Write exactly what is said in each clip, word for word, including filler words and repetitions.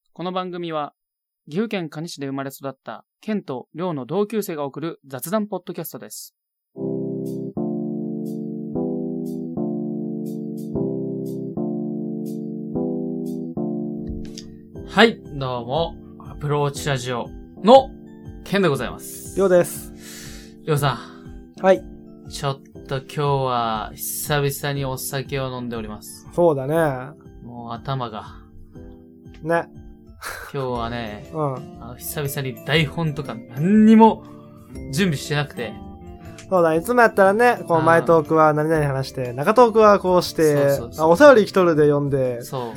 この番組は岐阜県可児市で生まれ育ったケンとリョウの同級生が送る雑談ポッドキャストです。はい、どうもアプローチラジオのケンでございます。 リョウです。 リョウさん。はい。 ちょっと今日は久々にお酒を飲んでおります。 そうだね。 もう頭が。 ね。 今日はね、 うん。 あの久々に台本とか何にも準備してなくて。 そうだ、いつもやったらね、こう前トークは何々話して、中トークはこうして、 そうそうそう、 あ、お便り来とるで読んで、 そう。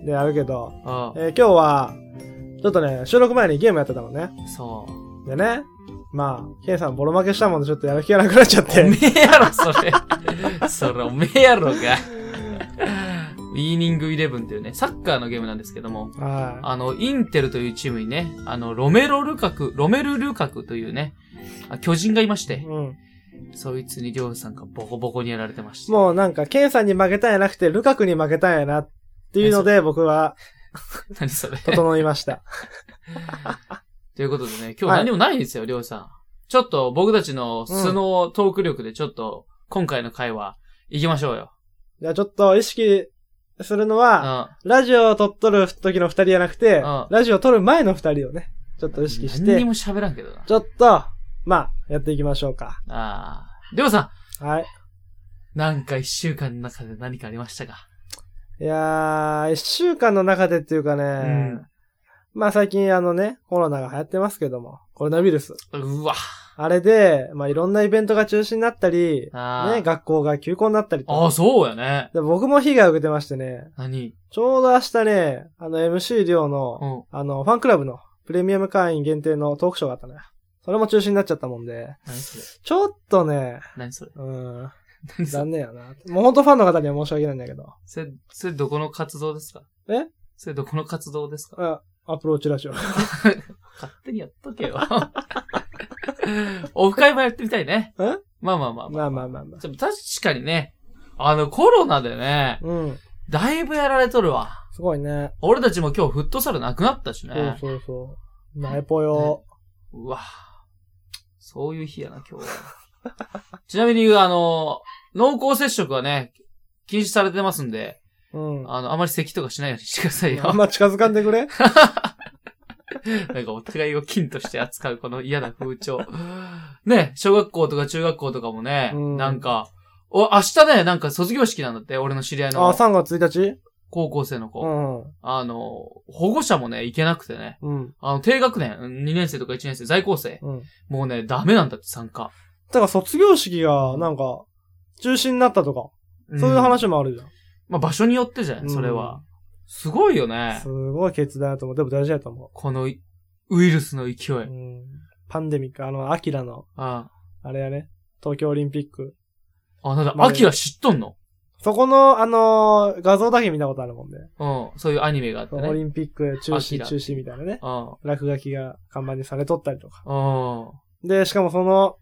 でやるけど、 ああえー、今日は、ちょっとね、収録前にゲームやってたのね。 そう。 でね、まあ、ケンさんボロ負けしたもんでちょっとやる気がなくなっちゃって。 おめえやろ、それ。それおめえやろが。ウィーニングイレブンっていうね、サッカーのゲームなんですけども、 はい。 あの、インテルというチームにね、あの、ロメロルカク、ロメルルカクというね、巨人がいまして、 うん。 そいつにりょうさんがボコボコにやられてました。 もうなんか、ケンさんに負けたんやなくて、ルカクに負けたんやなっていうので、僕は、 何それ整いました。 ということでね、今日何もないんですよ、りょうさん。ちょっと僕たちの素のトーク力でちょっと、今回の回は行きましょうよ。 じゃあちょっと意識するのは、 うん、 ラジオを撮っとる時の二人じゃなくて、うん、ラジオを撮る前の二人をね、ちょっと意識して。 何にも喋らんけどな。 ちょっと、まあ、やっていきましょうか。 ああ。りょうさん。はい。 なんか一週間の中で何かありましたか？ いやー、一週間の中でっていうかね、うん、まあ最近あのね、コロナが流行ってますけども、コロナウイルス。 うわ。 あれで、まあいろんなイベントが中止になったり、ね、学校が休校になったりとか。 ああ、そうやね。 で僕も被害を受けてましてね。 何？ ちょうど明日ね、あの エムシー リョウの、うん、あの、ファンクラブのプレミアム会員限定のトークショーがあったのよ。それも中止になっちゃったもんで。 何それ？ ちょっとね。 何それ？ うん。残念やな。もうほんとファンの方には申し訳ないんだけど。 それ、それどこの活動ですか？ え？ それどこの活動ですか？ あ、アプローチラジオ。 勝手にやっとけよ。オフ会もやってみたいね。 え？ まあまあまあまあ。 まあまあまあまあ。 でも確かにね、あのコロナでね、 うん。 だいぶやられとるわ。 すごいね。 俺たちも今日フットサルなくなったしね。 そうそうそう。ないぽよ、 ね。うわ。そういう日やな、今日は。ちなみに、あの、濃厚接触はね、禁止されてますんで、 うん。 あの、あまり咳とかしないようにしてくださいよ。 あんま近づかんでくれなんかお互いを金として扱うこの嫌な風潮。ね、小学校とか中学校とかもね、うん、なんか、お、明日ね、なんか卒業式なんだって、俺の知り合いの。 あ、さんがつついたち？ 高校生の子。 うん。 あの、保護者もね、行けなくてね。 うん。 あの、低学年、にねん生とかいちねん生、在校生。 うん。 もうね、ダメなんだって参加。 だから卒業式が、なんか、中止になったとか、うん、そういう話もあるじゃん。 まあ、場所によってじゃん、それは。うん、すごいよね。 すごい決断だと思う。でも大事だと思う。 この、ウイルスの勢い。うん。 パンデミック、あの、アキラの。 ああ。あれやね。東京オリンピック。 あ、なんだ、アキラ知っとんの？ そこの、あのー、画像だけ見たことあるもんね。 うん。そういうアニメがあってね。 オリンピック中止、中止みたいなね。 うん。 落書きが看板にされとったりとか。 うん。 で、しかもその、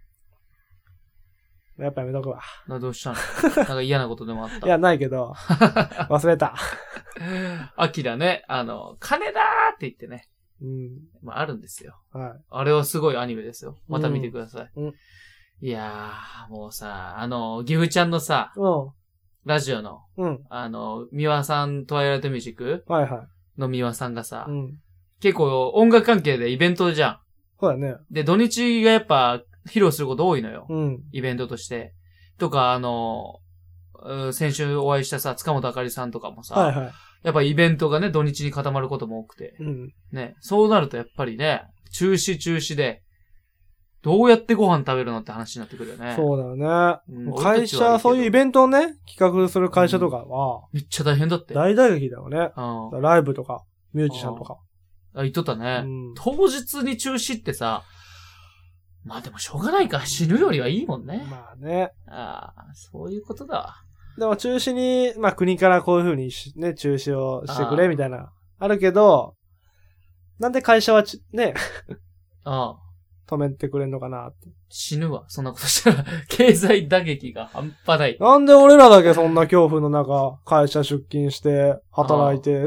やっぱやめとくわ。 な、どうしたの？なんか嫌なことでもあった？ いや、ないけど。忘れた。 アキラね、あの、金だーって言ってね。 うん。 まあ、あるんですよ。 はい。 あれはすごいアニメですよ。また見てください。 うん。 いやー、もうさ、あの、ギフちゃんのさ、 うん。 ラジオの、 うん。 あの、ミワさんトワイライトミュージックはいはい。 のミワさんがさ、 うん。 結構音楽関係でイベントじゃん。 そうだね。 で、土日がやっぱ披露すること多いのよ。 うん。 イベントとして。とか、あの、先週お会いしたさ、塚本あかりさんとかもさ、 はいはい。 やっぱイベントがね、土日に固まることも多くて。 うん。 ね、そうなるとやっぱりね、中止中止で、どうやってご飯食べるのって話になってくるよね。 そうだよね。 うん、 会社、そういうイベントをね、企画する会社とかは、 うん、めっちゃ大変だって。 大打撃だよね。 うん、 ライブとか、ミュージシャンとか。 あ、言っとったね、 うん。 当日に中止ってさ、まあでもしょうがないか。死ぬよりはいいもんね。 まあね。 ああ、そういうことだわ。 でも中止に、まあ国からこういう風にね、中止をしてくれみたいな、あるけど、なんで会社はち、ね、 ああ。 止めてくれんのかなって。 死ぬわ。そんなことしたら、経済打撃が半端ない。 なんで俺らだけそんな恐怖の中、会社出勤して、働いてね、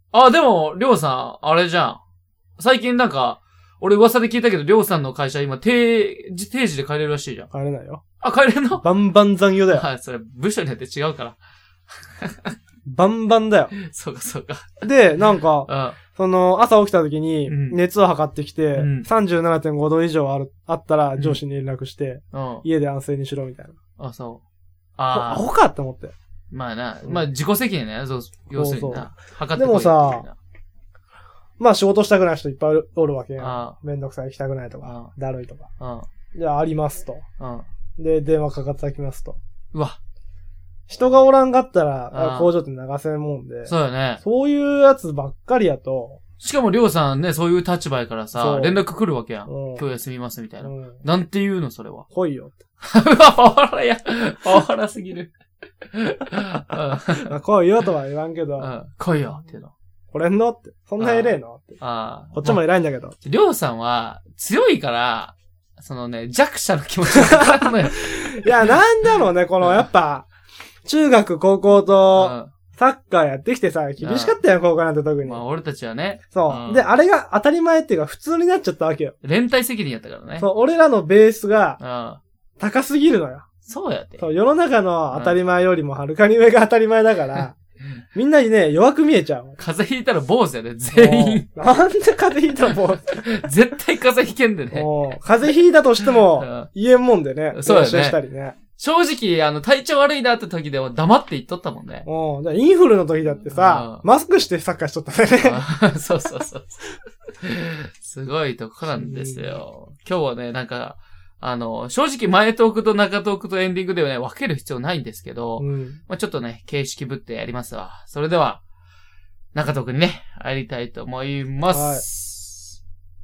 あ、でも、りょうさん、あれじゃん。最近なんか、俺噂で聞いたけど、りょうさんの会社今、定時、定時で帰れるらしいじゃん。 帰れないよ。 あ、帰れんの？ バンバン残業だよ。 はい、それ、部署によって違うから。 バンバンだよ。 そうか、そうか。 で、なんか、 うん。 その、朝起きた時に、 うん熱を測ってきて、 うん、 さんじゅうななてんごど以上ある、あったら上司に連絡して、 うん。 家で安静にしろみたいな。 あ、そう。 アああ。 ホかって思って。 まあな、 うんまあ自己責任だよ、そう要するにな。測ってこいでもさよみたいなまあ仕事したくない人いっぱいおるわけやん。 あめんどくさい、行きたくないとか、だるいとか。 うん。 じゃあ、ありますと。 うん。 で、電話かかってきますと。 うわ。 人がおらんかったら、 ああ工場って流せんもんで。 そうよね。 そういうやつばっかりやと。しかも、りょうさんね、そういう立場やからさ、連絡来るわけやん。 うん、 今日休みますみたいな。 うん、 なんて言うの、それは。 来いよって。 うわ、パワハラや。パワハラすぎる。 うん、来いよとは言わんけど。 うん、来いよっていうの。 来れんのって。そんな偉いのって。 ああ。 こっちも偉いんだけど。 りょうさんは、強いから、そのね、弱者の気持ちがわかんのよ。 いや、なんだろうね、この、やっぱ、中学、高校と、サッカーやってきてさ、厳しかったよ、高校なんて特に。 まあ、俺たちはね。 そう。で、あれが当たり前っていうか、普通になっちゃったわけよ。 連帯責任やったからね。 そう、俺らのベースが、高すぎるのよ。 そうやって。 そう、世の中の当たり前よりもはるかに上が当たり前だから、みんなにね、弱く見えちゃう。 風邪ひいたら坊主やで、全員。 なんで風邪ひいたら坊主絶対風邪ひけんでね。 風邪ひいたとしても、言えんもんでね。 そうやね。 したりね。 正直、あの、体調悪いなって時でも黙って言っとったもんね。 うん。じゃインフルの時だってさ、マスクしてサッカーしとったね。 そうそうそう。すごいとこなんですよ。今日はね、なんか、あの、正直前トークと中トークとエンディングではね、分ける必要ないんですけど、うん、まあちょっとね、形式ぶってやりますわ。それでは、中トークにね、入りたいと思います。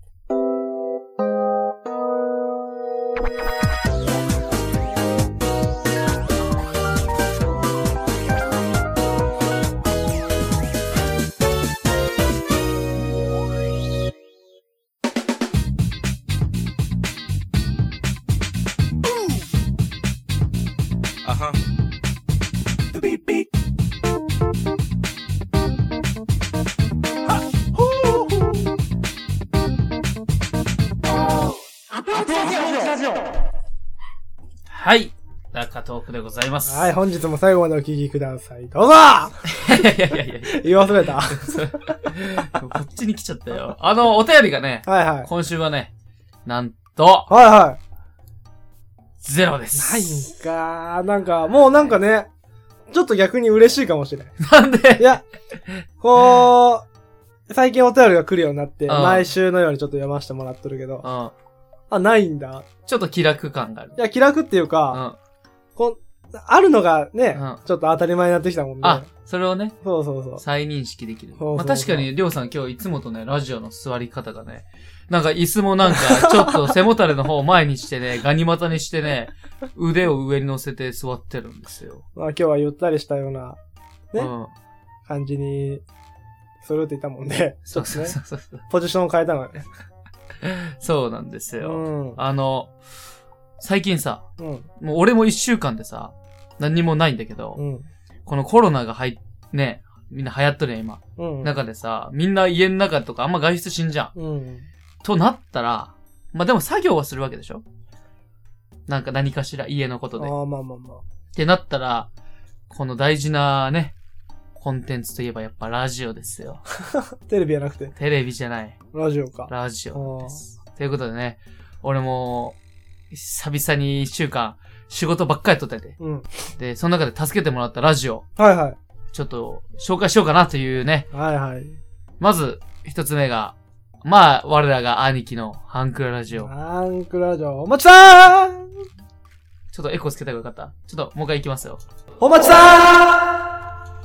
はい。中トークでございます。 はい、本日も最後までお聞きください。どうぞいやいやいやいや言い忘れたこっちに来ちゃったよ。あの、お便りがね、 はいはい。 今週はね、なんと、 はいはい。 ゼロです。 ないんかなんか、もうなんかね、ちょっと逆に嬉しいかもしれない。 なんでいや、こう、最近お便りが来るようになって、毎週のようにちょっと読ませてもらってるけど、 うんあ、ないんだ。 ちょっと気楽感がある。 いや、気楽っていうか、うん、こあるのがね、うん、ちょっと当たり前になってきたもんね。 あ、それをね。 そうそうそう。 再認識できる。そうそうそうまあ確かに、りょうさん今日いつもとね、ラジオの座り方がね、なんか椅子もなんか、ちょっと背もたれの方を前にしてね、ガニ股にしてね、腕を上に乗せて座ってるんですよ。 まあ今日はゆったりしたような、ね、うん、感じにするって言ったもんで、 そうそうそうそう。 ポジションを変えたのね。 そうなんですよ。 うん、 あの、最近さ、 うん、 もう俺も一週間でさ、何にもないんだけど、 うん、 このコロナが入っ、ね、みんな流行っとるやん、今。 うん、 中でさ、みんな家の中とかあんま外出しんじゃん。 うん、 となったら、まあ、でも作業はするわけでしょなんか何かしら家のことで。 ああ、まあまあまあ。 ってなったら、この大事なね、コンテンツといえばやっぱラジオですよ。 テレビじゃなくて。 テレビじゃない。 ラジオか。 ラジオです。ということでね、俺も、久々に一週間、仕事ばっかりやっとったんで。 うん。 で、その中で助けてもらったラジオ。 はいはい。 ちょっと、紹介しようかなというね。 はいはい。 まず、一つ目が、まあ、我らが兄貴のハンクララジオ。 ハンクララジオ。おまちさーんちょっとエコーつけた方がよかった。ちょっと、もう一回行きますよ。 おまちさーん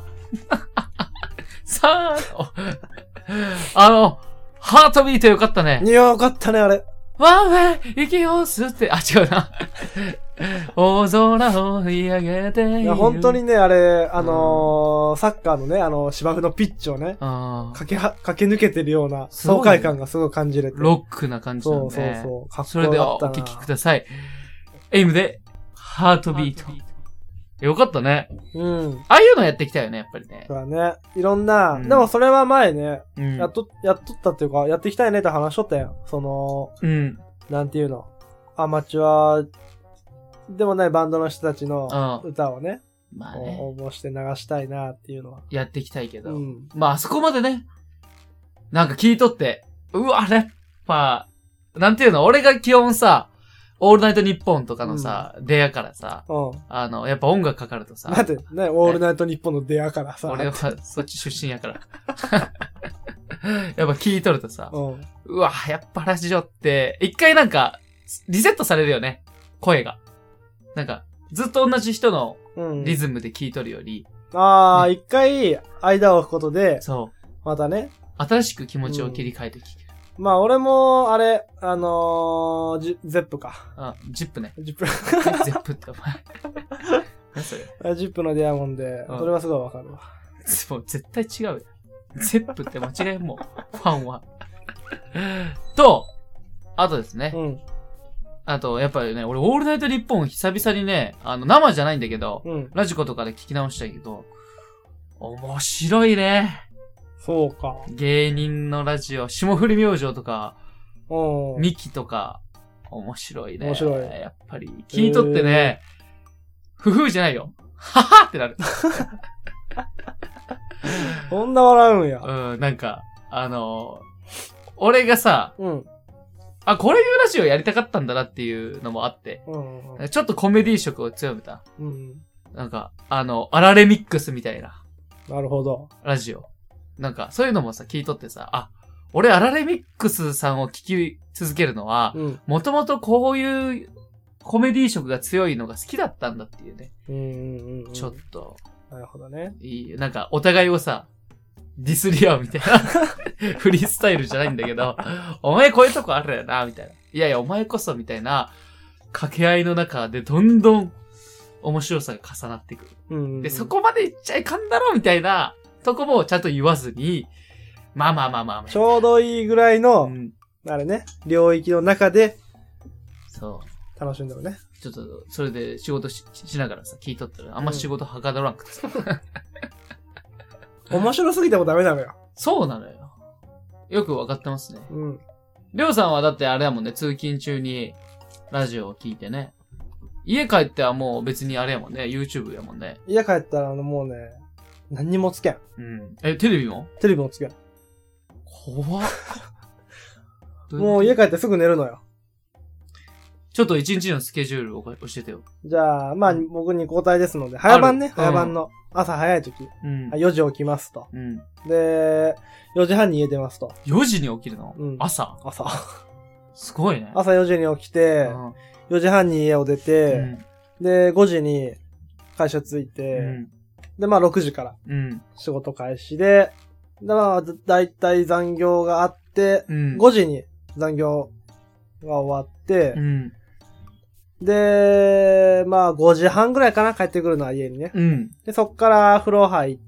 さあ、あの、ハートビートよかったね。 いや、よかったね、あれ。 ワンウェイ、息を吸って、あ、違うな。大空を追い上げていや、 本当にね、あれ、あのーうん、サッカーのね、あの、芝生のピッチをね、駆けは、駆け抜けてるような爽快感がすごい感じれて。 ロックな感じなんで。 そうそうそう。かっこよかったな。 それではお聞きください。エイムで、ハートビート。 よかったね。 うん。 ああいうのやっていきたいよね、やっぱりね。 そうだね。いろんな、 うん、 でもそれは前ね、 うん、 やっと、やっとったっていうか、やっていきたいねって話しとったやん。その、 うん。 なんていうの。アマチュアでもないバンドの人たちの歌をね、 まあね。 応募して流したいなっていうのは。 やっていきたいけど。 うん、 まあ、あそこまでね、なんか聞いとって、うわ、ラッパー、なんていうの、俺が基本さ、オールナイトニッポンとかのさ、うん、出会からさ、うん、あの、やっぱ音楽かかるとさ。 待って、ね、オールナイトニッポンの出会からさ。 俺はそっち出身やから。やっぱ聞いとるとさ、うん、うわ、やっぱラジオって、一回なんか、リセットされるよね、声が。なんか、ずっと同じ人のリズムで聞いとるより。 うん、ああ、一、ね、回間を置くことで、 そう。 またね。 新しく気持ちを切り替えて聞ける。 うん、まあ俺も、あれ、あのー、ジゼップか。 あ、ジップね。 ジップ。 ゼップってお前。何それ。 ジップのディアモンで、うん、それはすごいわかるわ。 もう絶対違うよ。ゼップって間違いもう、ファンは。と、あとですね。うん。あと、やっぱりね、俺、オールナイトニッポン久々にね、あの、生じゃないんだけど、うん、ラジコとかで聞き直したけど、面白いね。 そうか。 芸人のラジオ、霜降り明星とか、ミキとか、面白いね。 面白い。 やっぱり、聞いとってね、ふふじゃないよ。ははってなる。 そんな笑うんや。 うん、なんか、あのー、俺がさ、 うん。 あ、これいうラジオやりたかったんだなっていうのもあって、 うんうん、 ちょっとコメディ色を強めた。 うん、 なんか、あの、アラレミックスみたいな。 なるほど。 ラジオ。なんか、そういうのもさ、聞いとってさ、あ、俺アラレミックスさんを聞き続けるのは、もともとこういうコメディ色が強いのが好きだったんだっていうね。 うんうんうん、 ちょっと。 なるほどね。 いい。なんか、お互いをさ、ディスり合うみたいな。フリースタイルじゃないんだけど、お前こういうとこあるよな、みたいな。いやいや、お前こそ、みたいな、掛け合いの中でどんどん面白さが重なってくる。 うんうんうん、 で、そこまで言っちゃいかんだろ、みたいなとこもちゃんと言わずに、まあまあまあまあ。 ちょうどいいぐらいの、うん、あれね、領域の中で、 そう。 楽しんだろうね。 ちょっと、それで仕事 し, しながらさ、聞いとったら、あんま仕事はかどらんくてさ。 うん、面白すぎてもダメなのよ。 そうなのよ。よくわかってますね。 うん。 りょうさんはだってあれだもんね、通勤中にラジオを聞いてね。家帰ってはもう別にあれやもんね、YouTube やもんね。 家帰ったらもうね、何にもつけん。 うん。え、テレビもテレビもつけん。 怖っ。 もう家帰ってすぐ寝るのよ。 ちょっと一日のスケジュールを教えてよ。 じゃあ、まあ、うん、僕に交代ですので、早番ね、早番の、朝早い時。 うん。 よじ起きますと。 うん。 で、よじはんに家出ますと。 よじに起きるの？ うん。 朝？ 朝。 すごいね。 朝よじに起きて、うん、よじはんに家を出て、うん、で、ごじに会社着いて、うん、で、まあろくじから仕事開始で、で、まあ、だいたい残業があって、うん、ごじに残業が終わって、 うん、 で、まあごじはんぐらいかな、帰ってくるのは家にね。 うん、 で、そっから風呂入って、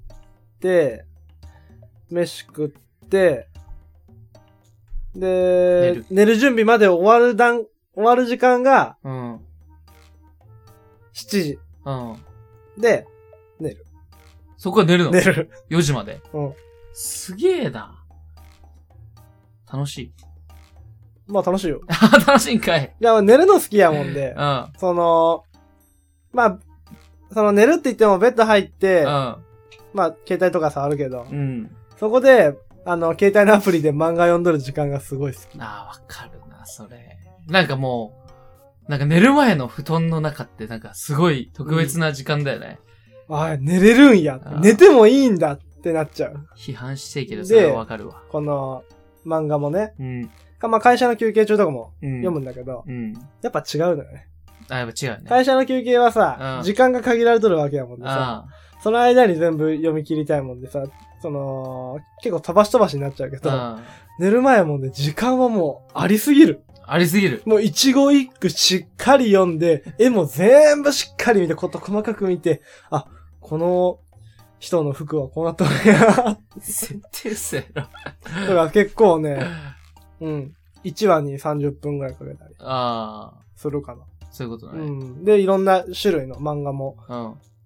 飯食って、で、寝る、寝る準備まで終わる段、終わる時間が、 うん、 しちじ。 うん、 で、寝る。 そこは寝るの？ 寝る。 よじまで。 うん。 すげえな。楽しい。 まあ楽しいよ。 楽しいんかい。 いや、寝るの好きやもんで。 うん。 その、まあ、その寝るって言ってもベッド入って、うん。まあ、携帯とか触るけど。 うん。 そこで、あの、携帯のアプリで漫画読んどる時間がすごい好き。 ああ、わかるな、それ。なんかもう、なんか寝る前の布団の中ってなんかすごい特別な時間だよね。 うん、ああ、寝れるんや。寝てもいいんだってなっちゃう。 批判していいけど、それはわかるわ。 この漫画もね。 うん。 まあ会社の休憩中とかも読むんだけど、 うん。 やっぱ違うのよね。 あ、やっぱ違うね。 会社の休憩はさ、うん、時間が限られとるわけやもんでさ、その間に全部読み切りたいもんでさ、その、結構飛ばし飛ばしになっちゃうけど、寝る前もね、時間はもうありすぎる。 ありすぎる。 もう一語一句しっかり読んで、絵も全部しっかり見て、こと細かく見て、あ、この人の服はこうなったのや。 設定すやろ。 だから結構ね、うん。いちわにさんじゅっぷんくらいかけたり。 ああ。 するかな。 そういうことね。 うん。で、いろんな種類の漫画も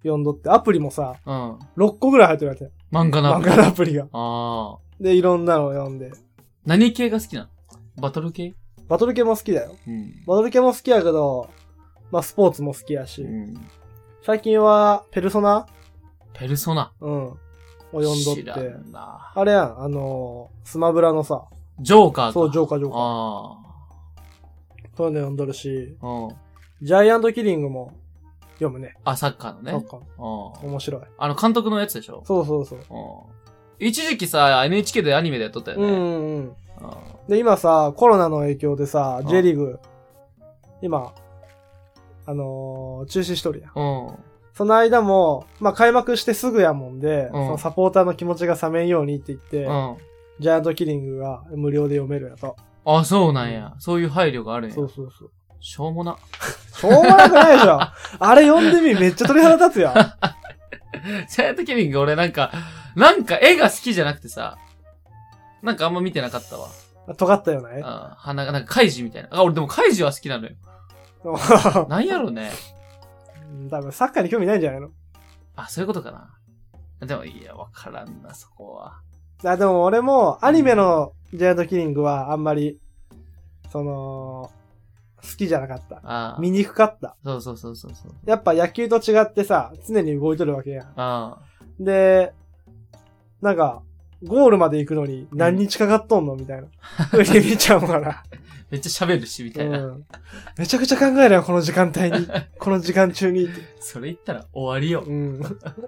読んどって、アプリもさ、 うん。 ろっこぐらい入ってるわけ。 漫画のアプリ。漫画のアプリが。 ああ。 で、いろんなのを読んで。 何系が好きなの？バトル系？ バトル系も好きだよ。 うん。 バトル系も好きやけど、まあスポーツも好きやし。うん、最近は、ペルソナ？ ペルソナ？ うん。を読んどって。 知らんな。 あれやん、あのー、スマブラのさ。 ジョーカーか。 そう、ジョーカージョーカー。ああ。そういうの読んどるし。うん。ジャイアントキリングも読むね。 あ、サッカーのね。 サッカー。うん。面白い。 あの、監督のやつでしょ？そうそうそう。 うん。一時期さ、エヌエイチケー でアニメでやっとったよね。うんうんうん。 で、今さ、コロナの影響でさ、J リーグ、今、あのー、中止しとるやん。うん。その間も、まあ、開幕してすぐやもんで、うん、そのサポーターの気持ちが冷めんようにって言って、うん、ジャイアントキリングが無料で読めるやと。 あ、そうなんや。うん、そういう配慮があるんや。 そうそうそう。 しょうもな。 しょうもなくないでしょ。あれ読んでみ、めっちゃ鳥肌立つよ。 ジャイアントキリング俺なんか、なんか絵が好きじゃなくてさ、なんかあんま見てなかったわ。 尖ったよね。 ああ、鼻がなんかカイジみたいな。あ、俺でもカイジは好きなのよ。なんやろうね。 多分サッカーに興味ないんじゃないの？ あ、そういうことかな。でもいや、わからんな、そこは。 あ、でも俺もアニメのジャイアントキリングはあんまり、その、好きじゃなかった。ああ、見にくかった。 そうそうそうそうそう。 やっぱ野球と違ってさ、常に動いとるわけやん。ああ、で、なんか、ゴールまで行くのに何日かかっとんのみたいな。ふうに見ちゃうから。 めっちゃ喋るし、みたいな、うん。 めちゃくちゃ考えるよ、この時間帯に。この時間中に。 それ言ったら終わりよ。うん、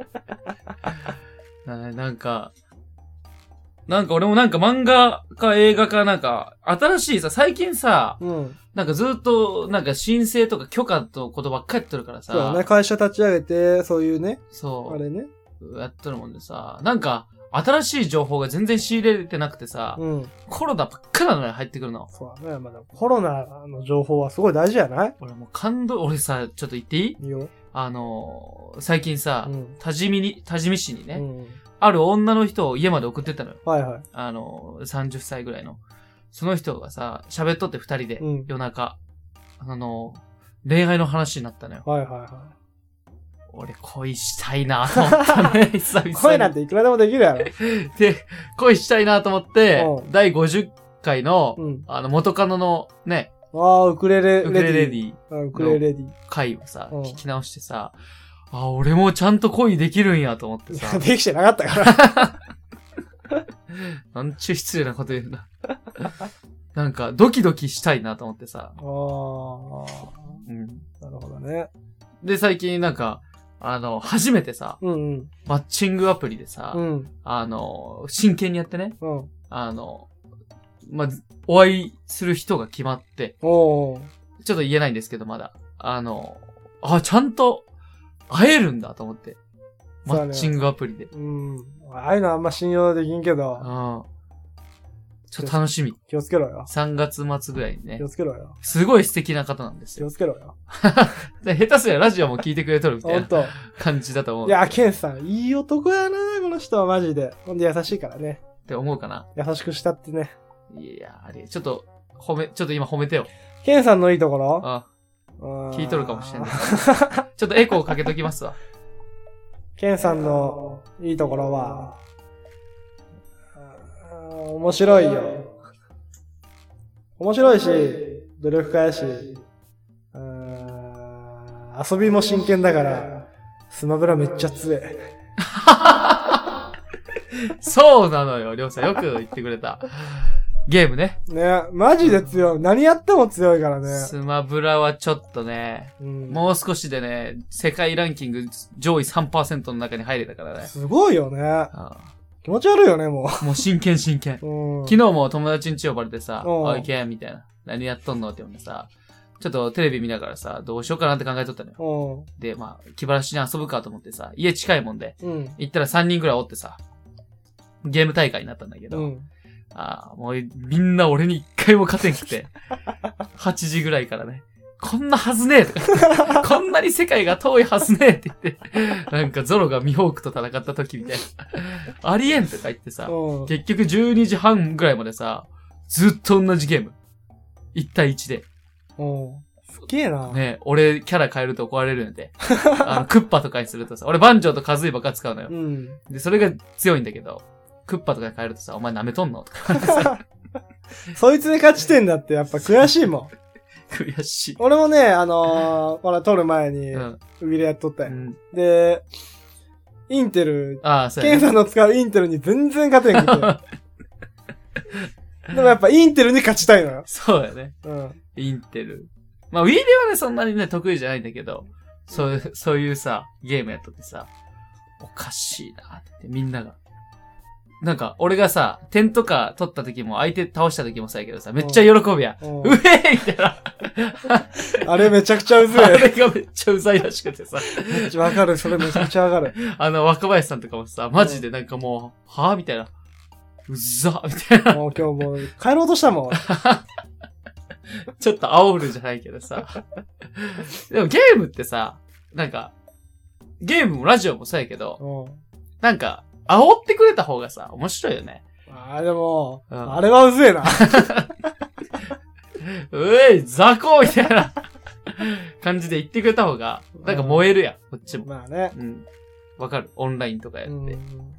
な, なんか、なんか俺もなんか漫画か映画かなんか、新しいさ、最近さ、うん、なんかずっとなんか申請とか許可とことばっかりやってるからさ。 そうね、会社立ち上げて、そういうね。 そう。 あれね。 やってるもんでさ、なんか、新しい情報が全然仕入れてなくてさ、うん、コロナばっかなのよ、入ってくるの。 そうだね。まだコロナの情報はすごい大事じゃない？ 俺もう感動、俺さ、ちょっと言っていい？いいよ。あのー、最近さ、うん、多治見に、多治見市にね、うん、ある女の人を家まで送ってったのよ。はいはい。あのー、さんじゅっさいぐらいの。その人がさ、喋っとって二人で、うん、夜中、あのー、恋愛の話になったのよ。はいはいはい。俺恋したいなと思ったね、久々に。 恋なんていくらでもできるやろ。 で、恋したいなと思って、だいごじゅっかいの、うん、あの、元カノのね、 ああ、ウクレレレディ。 ウクレレレディ。 ウクレレレディ。 回をさ、聞き直してさ、あ、俺もちゃんと恋できるんやと思ってさ。 できてなかったから。なんちゅう失礼なこと言うんだ。なんか、ドキドキしたいなと思ってさ。ああ。 うん。なるほどね。 で、最近なんか、あの、初めてさ、うんうん、マッチングアプリでさ、うん、あの、真剣にやってね、うん、あの、まず、お会いする人が決まって、おー、ちょっと言えないんですけど、まだ。あの、あ、ちゃんと会えるんだと思って。マッチングアプリで。う、 ね、ん。ああいうのあんま信用できんけど。うん。 ちょっと楽しみ。 気をつけろよ。 さんがつ末ぐらいにね。 気をつけろよ。 すごい素敵な方なんですよ。 気をつけろよ。 下手すりゃラジオも聞いてくれとるみたいな感じだと思う。 いや、ケンさん、いい男やな、この人はマジで。ほんで優しいからね。 って思うかな。 優しくしたってね。 いや、あれ、ちょっと、褒め、ちょっと今褒めてよ。 ケンさんのいいところ？ああ。聞いとるかもしれない。ちょっとエコーかけときますわ。 ケンさんのいいところは、面白いよ。面白いし、努力家やし、うーん、遊びも真剣だから、スマブラめっちゃ強い。 そうなのよ、りょうさん。よく言ってくれた。ゲームね。 ね、マジで強い。何やっても強いからね。 スマブラはちょっとね、うん、もう少しでね、世界ランキング上位 さんパーセント の中に入れたからね。 すごいよね。ああ、気持ち悪いよね、もう。もう真剣真剣。うん、昨日も友達ん家呼ばれてさ、おいけんみたいな。何やっとんのって言うんでさ、ちょっとテレビ見ながらさ、どうしようかなって考えとったのよ。で、まあ、気晴らしに遊ぶかと思ってさ、家近いもんで、うん、行ったらさんにんくらいおってさ、ゲーム大会になったんだけど、うん、あもうみんな俺に一回も勝てんくて、はちじぐらいからね、こんなはずねえとかこんなに世界が遠いはずねえって言って、なんかゾロがミホークと戦った時みたいな。ありえんとか言ってさ、結局じゅうにじはんぐらいまでさ、ずっと同じゲーム。いち対いちで。 すげえな。 ね、俺キャラ変えると怒られるんで。あの、クッパとかにするとさ、俺バンジョーとカズイばっか使うのよ。うん。で、それが強いんだけど、クッパとかに変えるとさ、お前舐めとんのとか。 そいつで勝ちてんだってやっぱ悔しいもん。 悔しい。 俺もね、あのー、これ撮る前に、ウビレやっとったよ、うん。で、インテル、ああ、そうやね。ケンさんの使うインテルに全然勝てんくて。でもやっぱインテルに勝ちたいのよ。 そうやね。うん。インテル。まあ、ウィーレはね、そんなにね、得意じゃないんだけど、そういう、そういうさ、ゲームやっとってさ、おかしいなってみんなが。なんか、俺がさ、点とか取った時も、相手倒した時もそうやけどさ、めっちゃ喜ぶやん。うえーみたいな。 あれめちゃくちゃうざい。 あれがめっちゃうざいらしくてさ。 めっちゃわかる、それめちゃくちゃわかる。 あの、若林さんとかもさ、マジでなんかもう、はぁみたいな。うざみたいな。 もう今日もう、帰ろうとしたもん。 ちょっと煽るじゃないけどさ。でもゲームってさ、なんか、ゲームもラジオもそうやけど、なんか、煽ってくれた方がさ、面白いよね。 ああ、でも、うん、あれはうぜえな。 うえい、雑魚みたいな感じで言ってくれた方が、なんか燃えるやん、こっちも。 まあね。 うん。わかる？オンラインとかやって。だ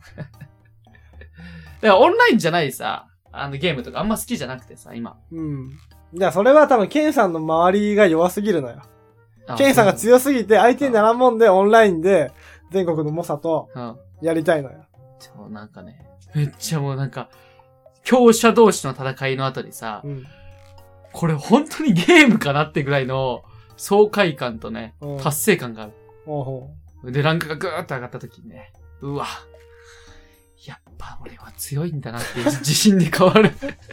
からオンラインじゃないさ、あのゲームとかあんま好きじゃなくてさ、今。 うん。じゃあそれは多分ケンさんの周りが弱すぎるのよ。ケンさんが強すぎて相手にならんもんでオンラインで全国の猛者とやりたいのよ。 そう、なんかね、めっちゃもうなんか、強者同士の戦いの後にさ、うん、これ本当にゲームかなってぐらいの爽快感とね、うん、達成感がある。おうで、ランクがぐーっと上がった時にね、うわ、やっぱ俺は強いんだなっていう自信に変わる。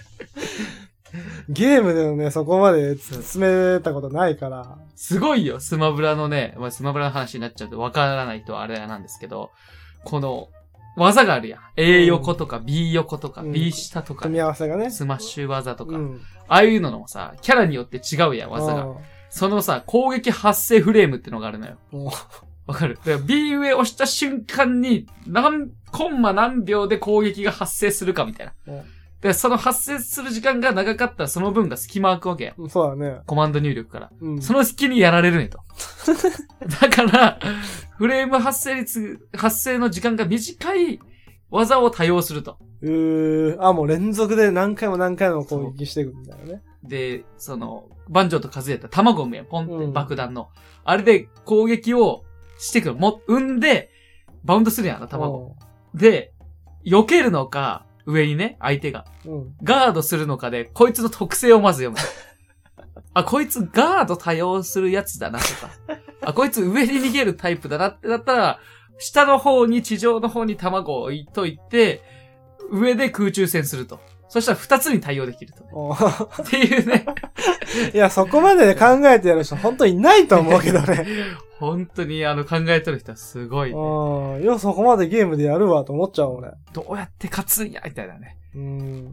ゲームでもね、そこまで進めたことないから。 すごいよ、スマブラのね、まあ、スマブラの話になっちゃうとわからない人はあれなんですけど、この、技があるやん。A 横とか B 横とか B 下とか、 組み合わせがね。 スマッシュ技とか、うん、ああいうのもさ、キャラによって違うやん、技が。そのさ、攻撃発生フレームってのがあるのよ。わかる？だから B 上押した瞬間に、何、コンマ何秒で攻撃が発生するかみたいな。で、その発生する時間が長かったらその分が隙間空くわけや。 そうだね。 コマンド入力から。うん、その隙にやられるねと。だから、フレーム発生率、発生の時間が短い技を多用すると。 うー、あ、もう連続で何回も何回も攻撃していくみたいなね。 で、その、バンジョーとカズやったら卵を産むやん。ポンって爆弾の。うん、あれで攻撃をしてくる。も、産んで、バウンドするやん、な、卵。で、避けるのか、上にね、相手が。うん、ガードするのかで、こいつの特性をまず読む。あ、こいつガード多用するやつだなとか。あ、こいつ上に逃げるタイプだなってなったら、下の方に、地上の方に卵を置いといて、上で空中戦すると。そしたら二つに対応できると、ね。っていうね。 いや、そこまで考えてやる人本当にいないと思うけどね。 本当にあの考えとる人はすごいね。 ああ、いや、そこまでゲームでやるわと思っちゃう俺。 どうやって勝つんやみたいなね。うん。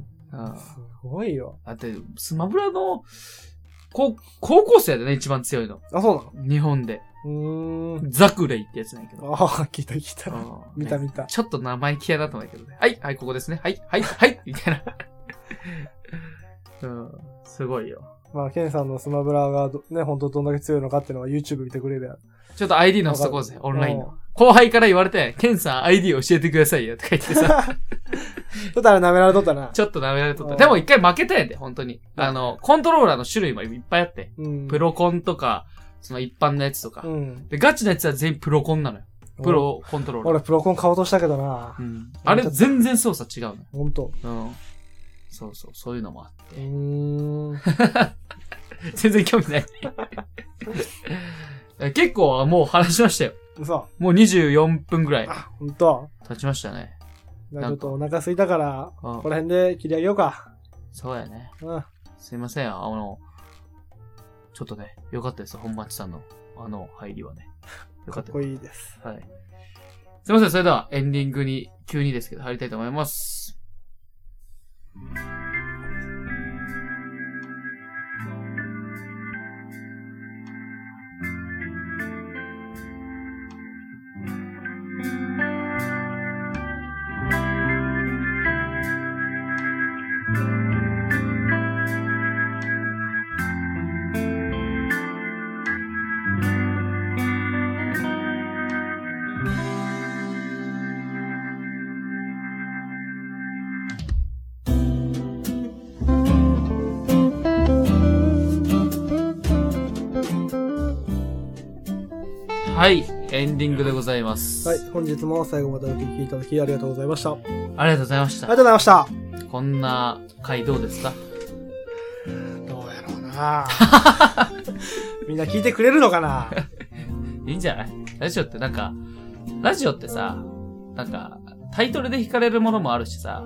すごいよ。 だって、スマブラの、高、高校生でね、一番強いの。 あ、そうなの？ 日本で。うーん。ザクレイってやつなんやけど。 ああ、聞いた聞いた。見た見た、 ね。ちょっと生意気やなと思うけどね。はい、はい、ここですね。はい、はい、はい、みたいな。うん、すごいよ。 まあ、ケンさんのスマブラがね、本当どんだけ強いのかっていうのは YouTube 見てくれるやん。 ちょっと アイディー 載せとこうぜ、オンラインの。後輩から言われて、ケンさん アイディー 教えてくださいよ、とか言ってさ。 ちょっとあれ舐められとったな。 ちょっと舐められとった。でも一回負けたやんで、本当に。あの、コントローラーの種類もいっぱいあって。うん、プロコンとか、その一般のやつとか。うん、で、ガチのやつは全員プロコンなのよ。プロコントローラー。 俺プロコン買おうとしたけどな。うん、 あれ全然操作違うの。 ほんと。 うん。そうそう、そういうのもあって。うーん全然興味ない。結構もう話しましたよ。 嘘。 もうにじゅうよんぷんぐらい。 あ、ほんと。 経ちましたね。 ちょっとお腹空いたから、ここら辺で切り上げようか。 そうやね。うん。すいません、あの、ちょっとね、よかったです、本町さんの、あの、入りはね。よかったです。 かっこいいです。 はい。すいません、それではエンディングに、急にですけど入りたいと思います。 はい、エンディングでございます。 はい、本日も最後までお聞きいただきありがとうございました。 ありがとうございました。 ありがとうございました。 こんな回どうですか？ どうやろうなみんな聞いてくれるのかないいんじゃない？ラジオってなんか、ラジオってさ、なんか、タイトルで惹かれるものもあるしさ、うん、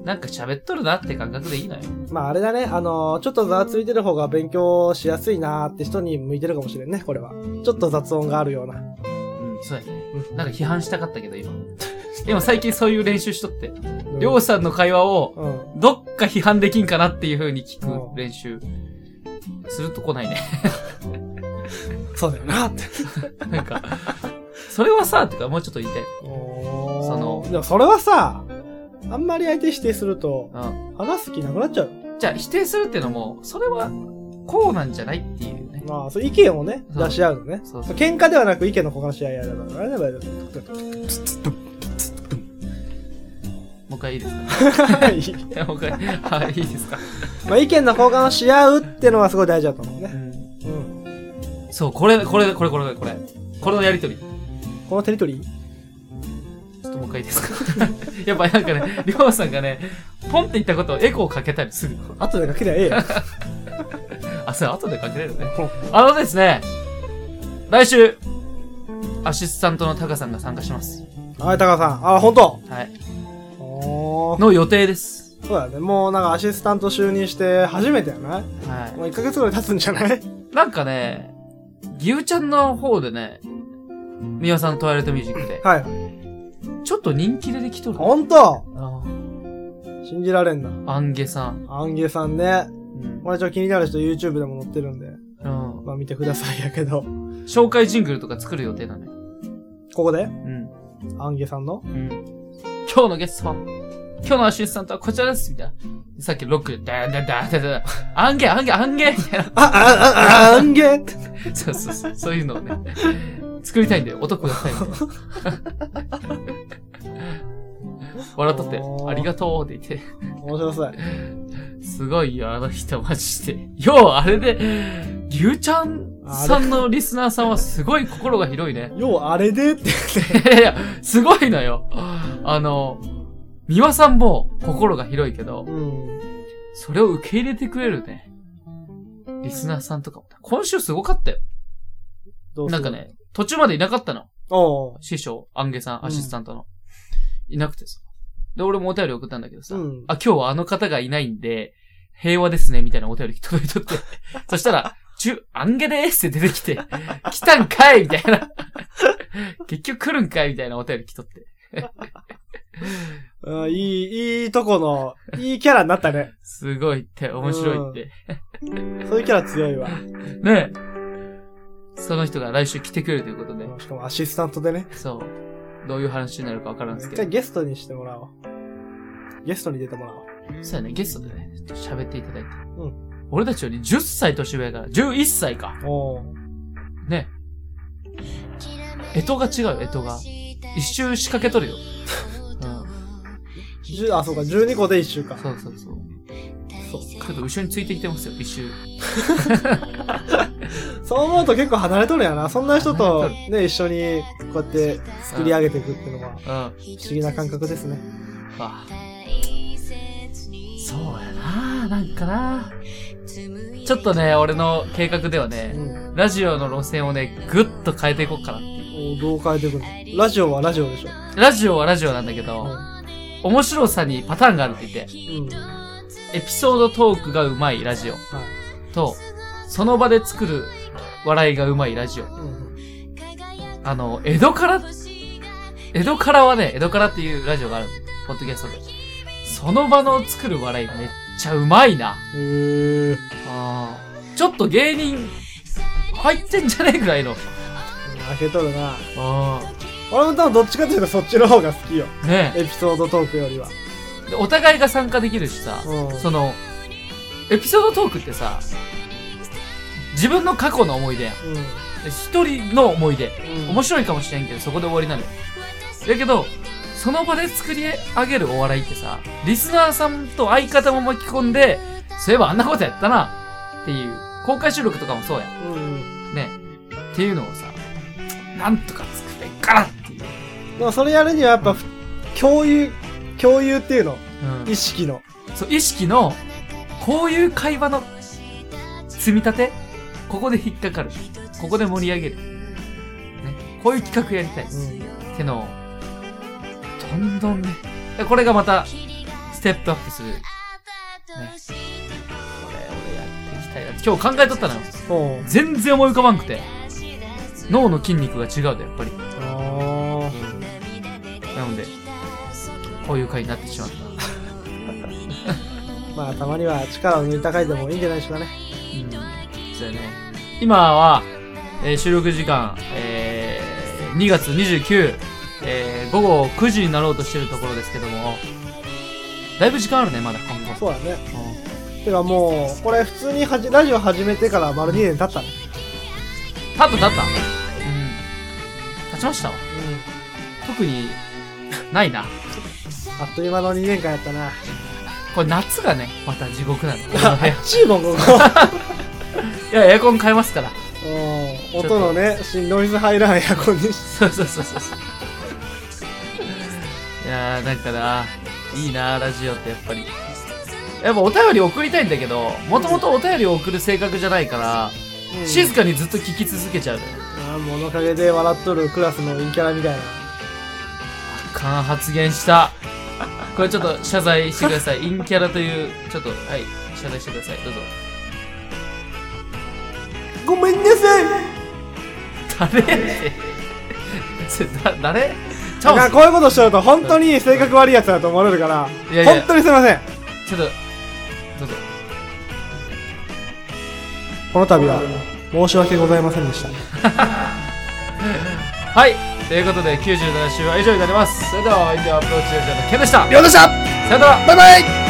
なんか喋っとるなって感覚でいいのよ。 まああれだね、あのー、ちょっとざわついてる方が勉強しやすいなーって人に向いてるかもしれんね、これは。ちょっと雑音があるような。うん、 そうやね。うん、なんか批判したかったけど今。今最近そういう練習しとって。りょうさんの会話を、どっか批判できんかなっていう風に聞く練習。すると来ないね。 そうだよなって。 なんか、それはさ、ってかもうちょっと言いたい。その、 でもそれはさ、あんまり相手否定すると、うん、話す気なくなっちゃう。 じゃあ否定するっていうのも、それは、こうなんじゃないっていうね。 まあ、そう意見をね、出し合うのね。そうそう。喧嘩ではなく意見の交換し合いだからね。 もう一回いいですか？いい。もう一回、はい、いいですか？ まあ、意見の交換をし合うってのはすごい大事だと思うね。うん。 うん、そう、これ、これ、これ、これ、これ。これのやりとり。 このテリトリー？ ちょっともう一回いいですか？やっぱなんかね、りょうさんがね、ポンって言ったことをエコーかけたりする。 後でかけりゃええよ。 あ、それ後でかけれるね。あのですね、来週、アシスタントのタカさんが参加します。 はい、タカさん。あ、ほんと？ はい。おー。の予定です。 そうだね。もうなんかアシスタント就任して初めてやない？はい。もういっかげつぐらい経つんじゃない？ なんかね、ぎゅうちゃんの方でね、みわさんのトワイライトミュージックで。はい。ちょっと人気出てきとる。 ほんと？ああ。信じられんな。 アンゲさん。 アンゲさんね。うん。これちょっと気になる人 YouTube でも載ってるんで。うん。まあ見てくださいやけど。 紹介ジングルとか作る予定なのよ。 ここで？うん。アンゲさんの？うん。 今日のゲストは、今日のアシスタントはこちらです、みたいな。さっきロックで、ダーダーダーダーダー、アンゲ、アンゲ、アンゲみたいな。 あ、あ、あ、アンゲそうそうそう、そういうのをね、作りたいんだよ。音くださいみたいな。笑っとって、ありがとうって言って。 面白そう。 すごいよ、あの人マジで。よう、あれで、ぎゅうちゃんさんのリスナーさんはすごい心が広いね。 よう、あれでって。 いやいや、すごいのよ。あの、みわさんも心が広いけど、うん、それを受け入れてくれるね。リスナーさんとかも。今週すごかったよ。どうなんかね、途中までいなかったの。お師匠、アンゲさん、アシスタントの。うん、いなくてさ。で、俺もお便り送ったんだけどさ、うん、あ、今日はあの方がいないんで、平和ですね、みたいなお便り届いとって。そしたら、ちゅ、アンゲでーすって出てきて、来たんかいみたいな。結局来るんかいみたいなお便り来とって。 あいい、いいとこの、いいキャラになったね。 すごいって、面白いって。 うん、そういうキャラ強いわ。 ねえ。その人が来週来てくれるということで。 しかもアシスタントでね。 そう。どういう話になるかわからんですけど。 一回ゲストにしてもらおう。ゲストに出てもらおう。 そうやね、ゲストでね、喋っていただいて。うん。俺たちよりじゅっさい年上やから、じゅういっさいか。おー。ね。干支が違うよ、干支が。一周仕掛けとるよ。 うん。あ、そうか、じゅうにこで一周か。 そうそうそう。そう。ちょっと後ろについてきてますよ、一周。 そう思うと結構離れとるやな。そんな人とね、一緒にこうやって作り上げていくっていうのは、うん、不思議な感覚ですね。ああ、 そうやな、なんかな。ちょっとね、俺の計画ではね、うん、ラジオの路線をね、ぐっと変えていこうかなっていう。 どう変えていくの？ラジオはラジオでしょ？ ラジオはラジオなんだけど、うん、面白さにパターンがあるって言って、うん、エピソードトークがうまいラジオ、はい、と、その場で作る笑いがうまいラジオ。うん、あの、江戸から、江戸からはね、江戸からっていうラジオがあるんだよ。ポッドキャストで。その場の作る笑いめっちゃうまいな。へー。あー。ちょっと芸人入ってんじゃねえぐらいの。 開けとるな。あー。俺も多分どっちかというとそっちの方が好きよ。ねえ。エピソードトークよりは。 でお互いが参加できるしさ、その、エピソードトークってさ、自分の過去の思い出やん。一、うん、人の思い出、うん。面白いかもしれんけど、そこで終わりなのよ。だけど、その場で作り上げるお笑いってさ、リスナーさんと相方も巻き込んで、そういえばあんなことやったなっていう、公開収録とかもそうや。うん、ね。っていうのをさ、 なんとか作れっからっていう。 でもそれやるにはやっぱ、共有、共有っていうの、うん、意識の。 そう、意識の、こういう会話の積み立て、ここで引っかかる。ここで盛り上げる。ね。こういう企画やりたい。うん、ってのを、どんどんね。これがまた、ステップアップする。ね。これ、俺やっていきたいな。今日考えとったのよ。全然思い浮かばんくて。脳の筋肉が違うと、やっぱり。あー。なので、こういう回になってしまった。 まあ、たまには力を抜いた回でもいいんじゃないでしょうかね。 うん。そうやね。今は、えー、収録時間、えー、にがつにじゅうくにち、えー、ごごくじになろうとしてるところですけども、だいぶ時間あるね、まだ今後。 そうだね。うん。てかもう、これ普通にはじラジオ始めてから丸にねん経ったね。 経った経った。うん。経ちましたわ。うん。特に、ないな。 あっという間のにねんかんやったな。 これ夏がね、また地獄なの。 暑いもん、ここ。 いや、エアコン変えますから。 うん。音のね、ノイズ入らんエアコンにして。 そうそうそうそう。いやー、なんかな、いいな、ラジオってやっぱり。やっぱお便り送りたいんだけど、もともとお便りを送る性格じゃないから、うん、静かにずっと聞き続けちゃうのよ。 ああ、物陰で笑っとるクラスの陰キャラみたいな。 あかん発言した。これちょっと謝罪してください。陰キャラという、ちょっと、はい、謝罪してください。どうぞ。 ごめんなさい。 誰ってそれだ、誰ちゃうこういうことしちゃうと本当に性格悪いやつだと思われるから、いやいや本当にすいません。 ちょっと、どうぞ。 この度は申し訳ございませんでした。 はい、ということできゅうじゅうなな週は以上になります。それではお相手はアプローチレンジャーのケンでした。 りょうでした。 さよなら。 バイバイ。